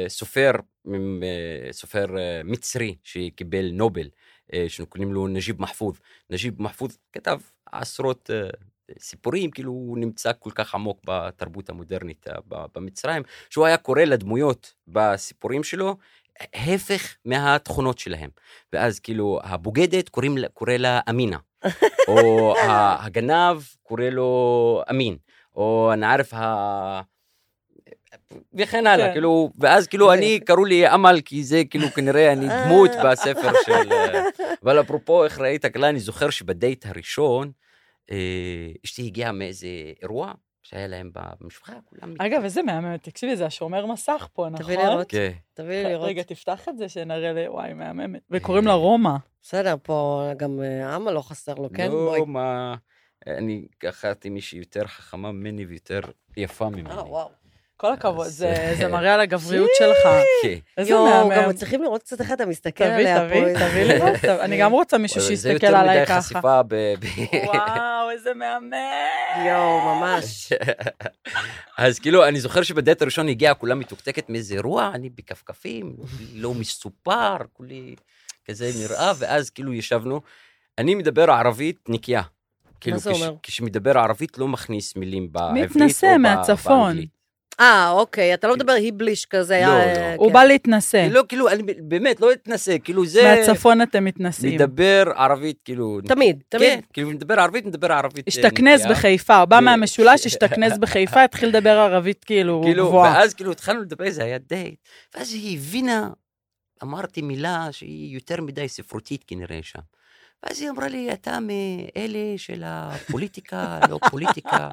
סופר מצרי שקיבל נובל, שנקראים לו נג'יב מחפוז. נג'יב מחפוז כתב עשרות סיפורים, כאילו הוא נמצא כל כך עמוק בתרבות המודרנית במצרים, שהוא היה קורא לדמויות בסיפורים שלו, הפך מהתכונות שלהם. ואז כאילו הבוגדת קורא לה אמינה, או הגנב קורא לו אמין, או הנערף וכן הלאה, כאילו, ואז כאילו אני, קראו לי אמל, כי זה כאילו כנראה אני דמות בספר של... אבל אפרופו איך ראית הכלל, אני זוכר שבדייט הראשון, אשתי הגיעה מאיזה אירוע, שהיה להם במשפחה, כולם... אגב, איזה מהממת, תקשיבי, זה השומר מסך פה, נכון? תביא לראות. תביא לראות. רגע, תפתח את זה שנראה לי, וואי, מהממת. וקוראים לה רומא. בסדר, פה גם אמה לא חסר לו, כן? לא, מה... אני קחתי מישהי יותר חכמה ממני ויותר יפה ממני. וואו. כל הכבוד, זה מראה על הגבריות שלך. איזה מהמם. גם צריכים לראות קצת איך אתה מסתכל עליה פה. תביא לראות, אני גם רוצה מישהו שיסתכל עליי ככה. זה יותר מדי חשיפה וואו, איזה מהמם. ממש. אז כאילו, אני זוכר שבדייט הראשון הגיעה, כולה מתוקתקת מאיזה אירוע, אני בכפכפים, לא מסופר, כולי כזה נראה, ואז כאילו ישבנו, אני מדבר ערבית נקייה. מה זה אומר? כשמדבר ערבית לא מכניס מילים בעברית או מתנסה מהצפון. אוקיי, אתה לא מדבר היבליש כזה. לא. הוא בא להתנסה. לא, כאילו, אני באמת לא אתנסה, כאילו זה... מהצפון אתם מתנסים. מדבר ערבית, כאילו... תמיד. כן, כאילו, מדבר ערבית נקייה. השתכנס בחיפה, הוא בא מהמשולש, השתכנס בחיפה, התחיל לדבר ערבית, כאילו, גבוהה. ואז כאילו התחלנו לדבר, זה היה דייט, ואז היא הבינה, אמרתי מילה שהיא יותר מדי ספרותית כנראה שם. ואז היא אמרה לי, אתה מאלה של הפוליטיקה, לא פוליטיקה.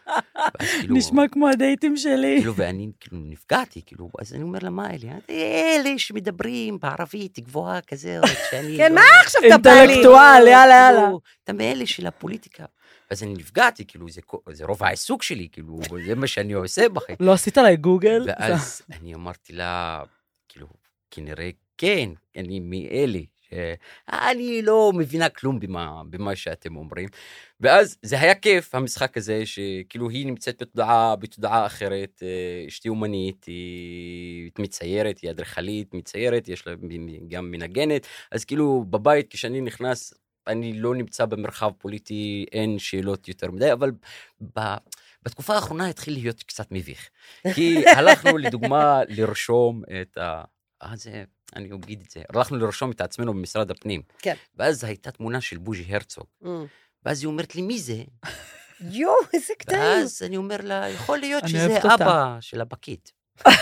נשמע כמו הדייטים שלי. כאילו, ואני כאילו נפגעתי, כאילו, אז אני אומר לה, מה אלה? אלה שמדברים בערבית גבוהה כזה, כן, מה עכשיו אתה בא לי? אינטלקטואל, יאללה. אתה מאלה של הפוליטיקה. אז אני נפגעתי, כאילו, זה רוב העיסוק שלי, כאילו, זה מה שאני עושה בחיים. לא עשית עליי גוגל? ואז אני אמרתי לה, כאילו, כנראה כן, אני מאלה. אני לא מבינה כלום במה שאתם אומרים. ואז זה היה כיף, המשחק הזה, שכאילו היא נמצאת בתודעה אחרת, אשתי אומנית, היא מציירת, היא אדריכלית, מציירת, יש לה גם מנגנת, אז כאילו בבית כשאני נכנס, אני לא נמצא במרחב פוליטי, אין שאלות יותר מדי, אבל בתקופה האחרונה התחיל להיות קצת מביך. כי הלכנו לדוגמה לרשום את זה... אני אגיד את זה, הלכנו לרשום את עצמנו במשרד הפנים. כן. ואז הייתה תמונה של בוז'י הרצוג. ואז היא אומרת לי, מי זה? איזה קטעים. ואז אני אומר לה, יכול להיות שזה אבא של הפקיד.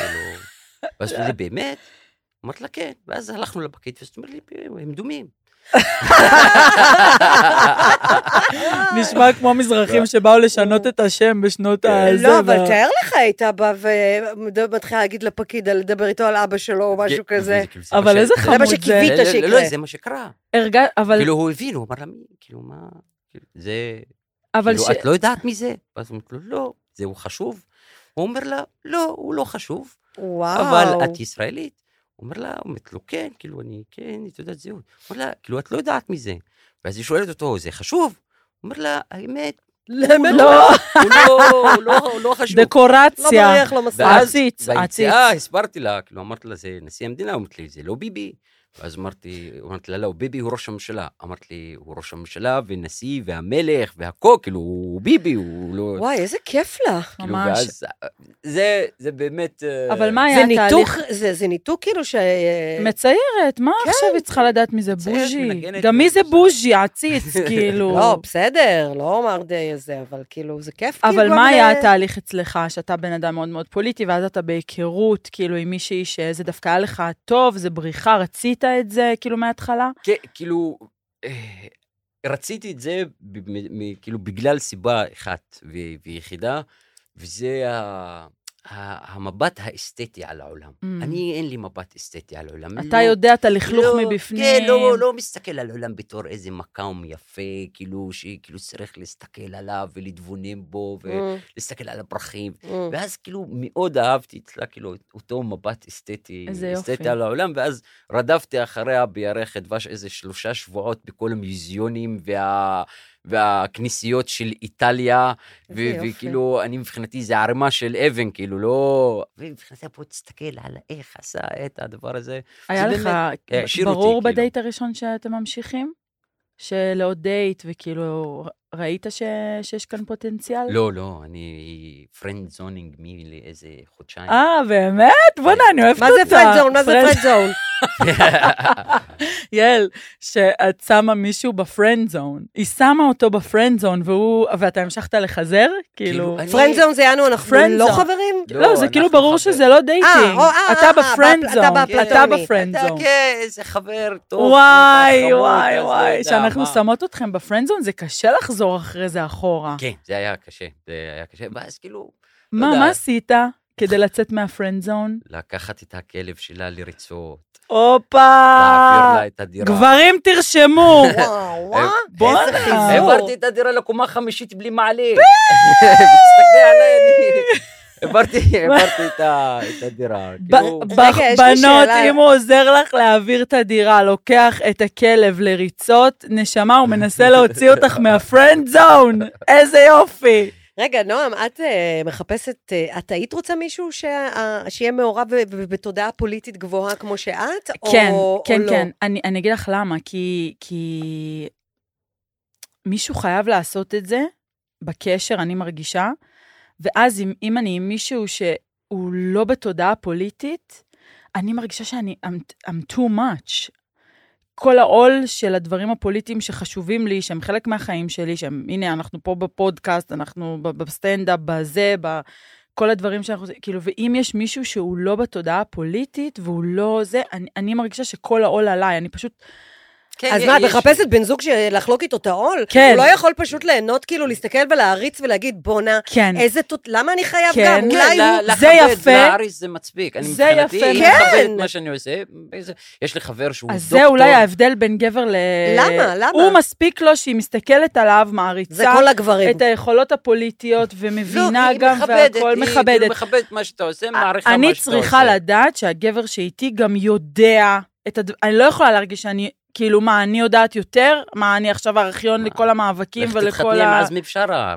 ואז הוא לי, באמת? אמרת לה, כן. ואז הלכנו לפקיד, ואז הוא אומר לי, הם דומים. נשמע כמו מזרחים שבאו לשנות את השם בשנות לא, אבל תאר לך, הייתה בא ומתחילה להגיד לפקיד, לדבר איתו על אבא שלו או משהו כזה. אבל איזה חמוד זה. זה מה שקיווית שיקרה. לא, זה מה שקרה. כאילו הוא הבין, הוא אמר לה, כאילו מה, זה, כאילו את לא יודעת מי זה? ואז הוא אומר לו, לא, זהו חשוב. הוא אומר לה, לא, הוא לא חשוב. אבל את ישראלית. הוא אומר לה, אומרת לו, כן, כאילו, אני, כן, אני תעודת זהות. הוא אומר לה, כאילו, את לא יודעת מזה. ואז היא שואלת אותו, זה חשוב? הוא אומר לה, האמת, הוא לא חשוב. דקורציה. לא מריח, לא מסע. עציץ. ביציאה, הסברתי לה, כאילו, אמרתי לה, זה נשיא המדינה, אמרתי לי, זה לא ביבי. ואז אמרתי לה, לא, ביבי הוא ראש הממשלה. אמרתי לי, הוא ראש הממשלה, ונשיא, והמלך, והכל, כאילו, הוא ביבי, הוא לא... וואי, איזה כיף לך. ממש. זה באמת... אבל מה היה התהליך? זה ניתוק כאילו ש... מציירת, מה עכשיו היא צריכה לדעת מי זה בוז'י? גם מי זה בוז'י, עציץ, כאילו. לא, בסדר, לא אומר די זה, אבל כאילו, זה כיף. אבל מה היה התהליך אצלך, שאתה בן אדם מאוד מאוד פוליטי, ואז אתה בהיכרות, כאילו, עם מישהי שזה דווקא היה לך טוב, זה בריחה, רצית את זה, כאילו, מההתחלה? כן, כאילו, רציתי את זה, כאילו, בגלל סיבה אחת ויחידה, וזה המבט האסתטי על העולם. אני אין לי מבט אסתטי על העולם. אתה יודע, אתה לכלוך מבפנים. כן, לא מסתכל על העולם בתור איזה מקום יפה, כאילו צריך להסתכל עליו ולדבונם בו, ולהסתכל על הפרחים. ואז כאילו מאוד אהבתי אצלה, כאילו אותו מבט אסתטי על העולם, ואז רדפתי אחריה בירך דבש איזה 3 שבועות בכל המיוזיונים והכניסיות של איטליה, וכאילו, אני מבחינתי, זה ערימה של אבן, כאילו, לא... ומבחינתי, בוא תסתכל על איך עשה את הדבר הזה. היה לך ברור בדייט הראשון שאתם ממשיכים? שלעוד דייט, וכאילו, ראית שיש כאן פוטנציאל? לא, אני פרנד זונינג לאיזה חודשיים. באמת? בוא'נה, אני אוהבת אותה. מה זה פרנד זון? מה זה פרנד זון? יעל, שאת שמה מישהו בפרנד זון, היא שמה אותו בפרנד זון, ואתה המשכת לחזר? כאילו... פרנד זון זה יענו, אנחנו לא חברים? לא, זה כאילו ברור שזה לא דייטינג. אתה בפרנד זון, אתה בפרנד זון. איזה חבר טוב. וואי, שאנחנו שמות אתכם בפרנד זון, זה קשה לחזור אחרי זה אחורה. כן, זה היה קשה, ואז כאילו... מה עשית כדי לצאת מהפרנד זון? לקחת את הכלב שלה לריצות. הופה! להעביר לה את הדירה. גברים תרשמו! וואו, איזה חיזור. העברתי את הדירה לקומה 5 בלי מעלה. תסתכלי עליי, העברתי את הדירה. בנות, אם הוא עוזר לך להעביר את הדירה, לוקח את הכלב לריצות, נשמה, הוא מנסה להוציא אותך מהפרנד זון. איזה יופי. רגע, נועם, את מחפשת, את היית רוצה מישהו שיהיה מעורב בתודעה פוליטית גבוהה כמו שאת? כן, כן. אני אגיד לך למה, כי מישהו חייב לעשות את זה בקשר, אני מרגישה, ואז אם אני עם מישהו שהוא לא בתודעה פוליטית, אני מרגישה I'm too much. כל העול של הדברים הפוליטיים שחשובים לי, שהם חלק מהחיים שלי, הנה, אנחנו פה בפודקאסט, אנחנו בסטנדאפ, בזה, בכל הדברים שאנחנו... כאילו, ואם יש מישהו שהוא לא בתודעה הפוליטית, והוא לא זה, אני מרגישה שכל העול עליי, אני פשוט... כן, אז מה, את מחפשת בן זוג שלחלוק איתו את העול? כן. הוא לא יכול פשוט ליהנות, כאילו, להסתכל ולהריץ ולהגיד, בונה, איזה... למה אני חייב גם? אולי הוא... זה יפה. להריץ זה מצביק. אני מבחינתי, מכבד את מה שאני עושה. יש לי חבר שהוא דוקטור. אז זה אולי ההבדל בין גבר ל... למה? הוא מספיק לו שהיא מסתכלת עליו, מעריצה... זה כל הגברים. את היכולות הפוליטיות, ומבינה גם והכל מכבדת. היא מכבדת מה שאתה עושה, מעריכה מה שאתה עושה. אני צריכה לדעת שהגבר שאיתי גם יודע... אני לא יכולה להרגיש שאני... כאילו, מה, אני יודעת יותר? מה, אני עכשיו הארכיון לכל המאבקים ולכל ה... תתחתני עם עזמי בשארה.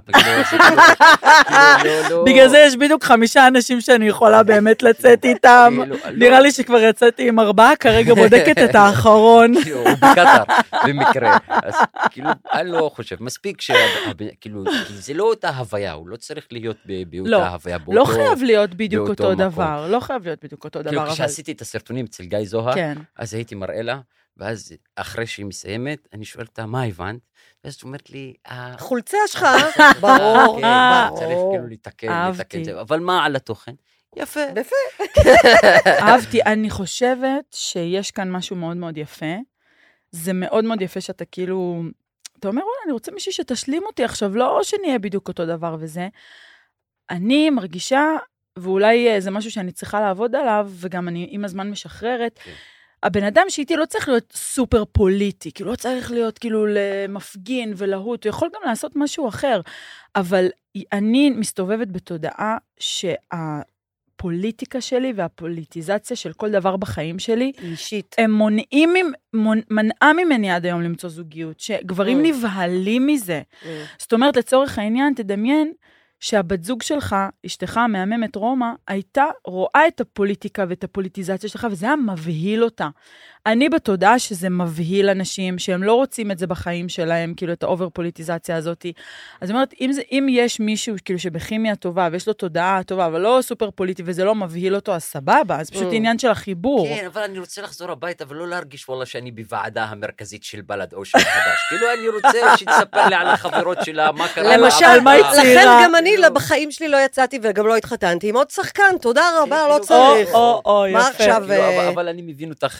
בגלל זה יש בדיוק 5 אנשים שאני יכולה באמת לצאת איתם. נראה לי שכבר יצאתי עם 4, כרגע בודקת את האחרון. בקטר, במקרה. אז כאילו, אני לא חושב. מספיק כאילו, זה לא אותה הוויה, הוא לא צריך להיות באותה הוויה. לא חייב להיות בדיוק אותו דבר. לא חייב להיות בדיוק אותו דבר. כאילו, כשעשיתי את הסרטונים אצל גיא זוהר, אז הייתי מראה לה, ואז אחרי שהיא מסיימת, אני שואל אותה, מה הבנת? ואז היא אומרת לי, חולצה שלך, ברור. צריך כאילו לתקן זה, אבל מה על התוכן? יפה. אהבתי, אני חושבת שיש כאן משהו מאוד מאוד יפה, זה מאוד מאוד יפה שאתה כאילו, אתה אומר, אני רוצה מישהי שתשלים אותי עכשיו, לא שנהיה בדיוק אותו דבר וזה, אני מרגישה, ואולי זה משהו שאני צריכה לעבוד עליו, וגם אני עם הזמן משחררת, הבן אדם שאיתי לא צריך להיות סופר פוליטי, כאילו לא צריך להיות כאילו למפגין ולהוט, הוא יכול גם לעשות משהו אחר, אבל אני מסתובבת בתודעה שהפוליטיקה שלי והפוליטיזציה של כל דבר בחיים שלי, אישית. הם מנעה ממני עד היום למצוא זוגיות, שגברים נבהלים מזה. זאת אומרת, לצורך העניין, תדמיין, שהבת זוג שלך, אשתך המהממת רומא, הייתה רואה את הפוליטיקה ואת הפוליטיזציה שלך, וזה היה מבהיל אותה. אני בתודעה שזה מבהיל אנשים, שהם לא רוצים את זה בחיים שלהם, כאילו את האובר פוליטיזציה הזאת. אז זאת אומרת, אם יש מישהו כאילו שבכימיה טובה, ויש לו תודעה טובה, אבל לא סופר פוליטי, וזה לא מבהיל אותו, אז סבבה, אז פשוט עניין של החיבור. כן, אבל אני רוצה לחזור הביתה, ולא להרגיש וואלה שאני בוועדה המרכזית של בלד או של חדש. כאילו אני רוצה שתספר לי על החברות שלה, מה קרה. למשל, לכן גם אני בחיים שלי לא יצאתי וגם לא התחתנתי עם עוד שחקן, תודה רבה, לא צריך. מה עכשיו? אבל אני מבין אותך לגמרי.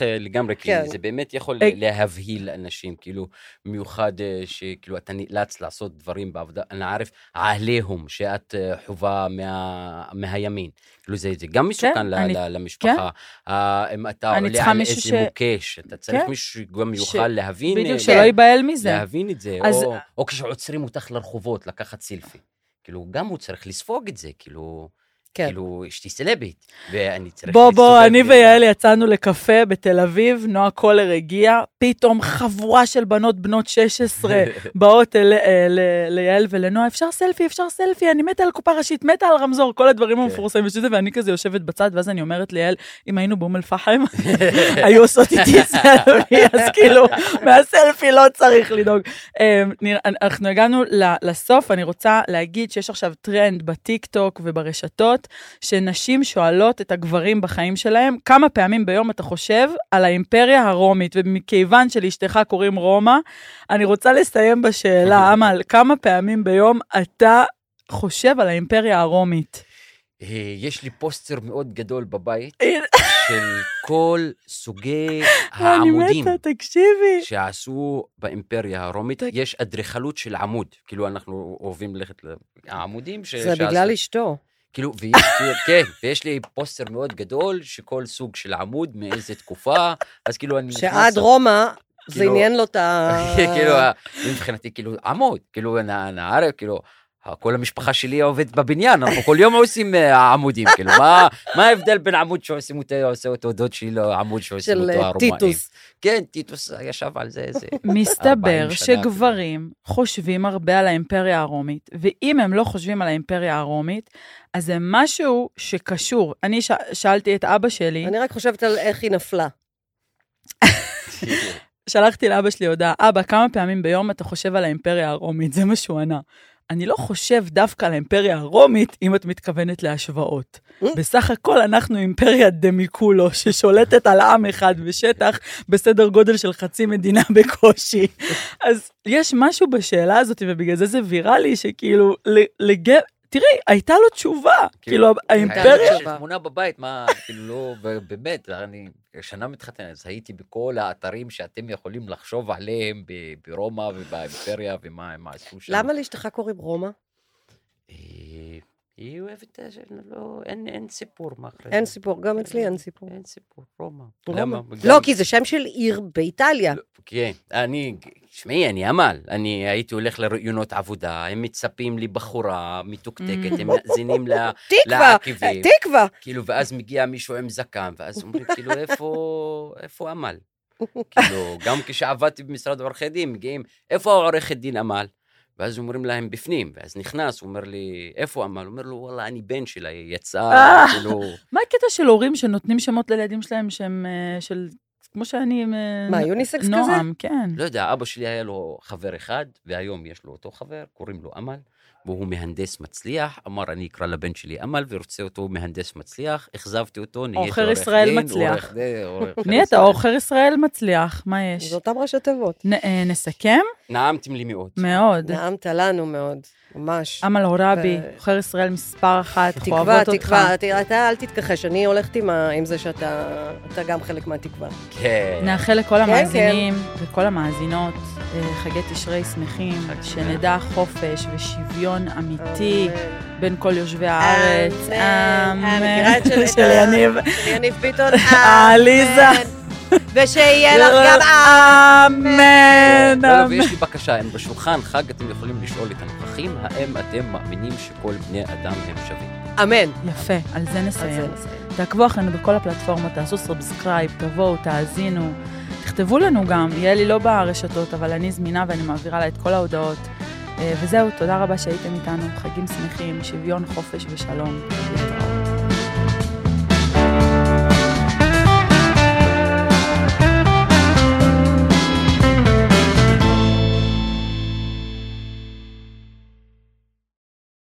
לגמרי, כי זה באמת יכול להבהיל אנשים, כאילו, מיוחד שכאילו אתה נאלץ לעשות דברים בעבודה, אני עارف עליהם שאת חובה מהימין, כאילו זה גם מסוכן למשפחה, אם אתה עולה על איזה מוקש, אתה צריך מישהו שגם יוכל להבין, בדיוק שלא ייבהל מזה, להבין את זה, או כשעוצרים אותך לרחובות, לקחת סילפי, כאילו גם הוא צריך לספוג את זה, כאילו, אשתי סלבית, ואני צריך... בוא, אני ויעל יצאנו לקפה בתל אביב, נועה קולר הגיע, פתאום חבורה של בנות 16 באות ליעל ולנועה, אפשר סלפי, אני מתה על קופה ראשית, מתה על רמזור, כל הדברים המפורסמים ושזה, ואני כזה יושבת בצד, ואז אני אומרת ליעל, אם היינו באום אל-פחם, היו עושות איתי סלפי, אז כאילו, מהסלפי לא צריך לדאוג. אנחנו הגענו לסוף, אני רוצה להגיד שיש עכשיו טרנד בטיק-טוק וברשתות, שנשים שואלות את הגברים בחיים שלהם, כמה פעמים ביום אתה חושב על האימפריה הרומית, ומכיוון שלאשתך קוראים רומא, אני רוצה לסיים בשאלה, אמל, כמה פעמים ביום אתה חושב על האימפריה הרומית? יש לי פוסטר מאוד גדול בבית, של כל סוגי העמודים שעשו באימפריה הרומית, יש אדריכלות של עמוד, כאילו אנחנו אוהבים ללכת לעמודים. זה בגלל אשתו. כאילו, ויש לי פוסטר מאוד גדול, שכל סוג של עמוד, מאיזה תקופה, אז כאילו אני... שעד רומא, זה עניין לו את ה... כאילו, מבחינתי, כאילו, עמוד, כאילו, נערב, כאילו, כל המשפחה שלי עובדת בבניין, אנחנו כל יום עושים עמודים, כאילו, מה ההבדל בין עמוד שעושים אותו דוד שלי, לעמוד שעושים אותו הרומאים? של טיטוס. כן, טיטוס ישב על זה. מסתבר שגברים חושבים הרבה על האימפריה הרומית, ואם הם לא חושבים על האימפריה הרומית, אז זה משהו שקשור. אני שאלתי את אבא שלי... אני רק חושבת על איך היא נפלה. שלחתי לאבא שלי הודעה, אבא, כמה פעמים ביום אתה חושב על האימפריה הרומית? זה מה שהוא ענה. אני לא חושב דווקא על האימפריה הרומית, אם את מתכוונת להשוואות. בסך הכל אנחנו אימפריה דמיקולו, ששולטת על עם אחד בשטח, בסדר גודל של חצי מדינה בקושי. אז יש משהו בשאלה הזאת, ובגלל זה זה ויראלי, שכאילו, תראי, הייתה לו תשובה, כאילו, האימפריה... הייתה תמונה בבית, מה, כאילו, לא, באמת, אני שנה מתחתנת, אז הייתי בכל האתרים שאתם יכולים לחשוב עליהם ברומא ובאימפריה, ומה הם עשו שם. למה לאשתך קוראים רומא? היא אוהבת, אין סיפור מאחרי. אין סיפור, גם אצלי אין סיפור. אין סיפור, רומא. לא, כי זה שם של עיר באיטליה. כן, אני אמל, אני הייתי הולך לרעיונות עבודה, הם מצפים לי בחורה מתוקתקת, הם מאזינים לעקיבים. תקווה. כאילו, ואז מגיע מישהו עם זקן, ואז אומרים, כאילו, איפה אמל? כאילו, גם כשעבדתי במשרד עורכי דין, מגיעים, איפה העורכת דין אמל? ואז אומרים להם בפנים, ואז נכנס, הוא אומר לי, איפה אמל? הוא אומר לו, וואלה, אני בן שלה, יצא, כאילו... מה הקטע של הורים שנותנים שמות לילדים שלהם, שהם של... כמו שאני... מה, יוניסקס כזה? נועם, כן. לא יודע, אבא שלי היה לו חבר אחד, והיום יש לו אותו חבר, קוראים לו אמל, והוא מהנדס מצליח, אמר, אני אקרא לבן שלי אמל, ורוצה אותו מהנדס מצליח, החזבתי אותו, נהיית עוכר ישראל מצליח. נהיית עוכר ישראל מצליח, מה יש? זה אותם ראשי תיבות. נסכם? נעמתם לי מאוד. מאוד. נעמת לנו מאוד, ממש. אמל הורבי, עוכר ישראל מספר אחת, תקווה, אתה אל תתכחש, אני הולכת עם זה שאתה גם חלק מהתקווה. כן. נאחל לכל המאזינים וכל המאזינות, חגי תשרי שמחים, שנדע חופש ושוויון אמיתי בין כל יושבי הארץ. אמן. של יניב ביטון. עליזה. ושיהיה לך גם אמן. ויש לי בקשה, אם בשולחן חג אתם יכולים לשאול את הנוכחים, האם אתם מאמינים שכל בני אדם הם שווים? אמן. יפה, על זה נסיים. תעקבו אחרינו בכל הפלטפורמות, תעשו סאבסקרייב, תבואו, תאזינו. תכתבו לנו גם, יהיה לי לא ברשתות, אבל אני זמינה ואני מעבירה לה את כל ההודעות. וזהו, תודה רבה שהייתם איתנו, חגים שמחים, שוויון, חופש ושלום.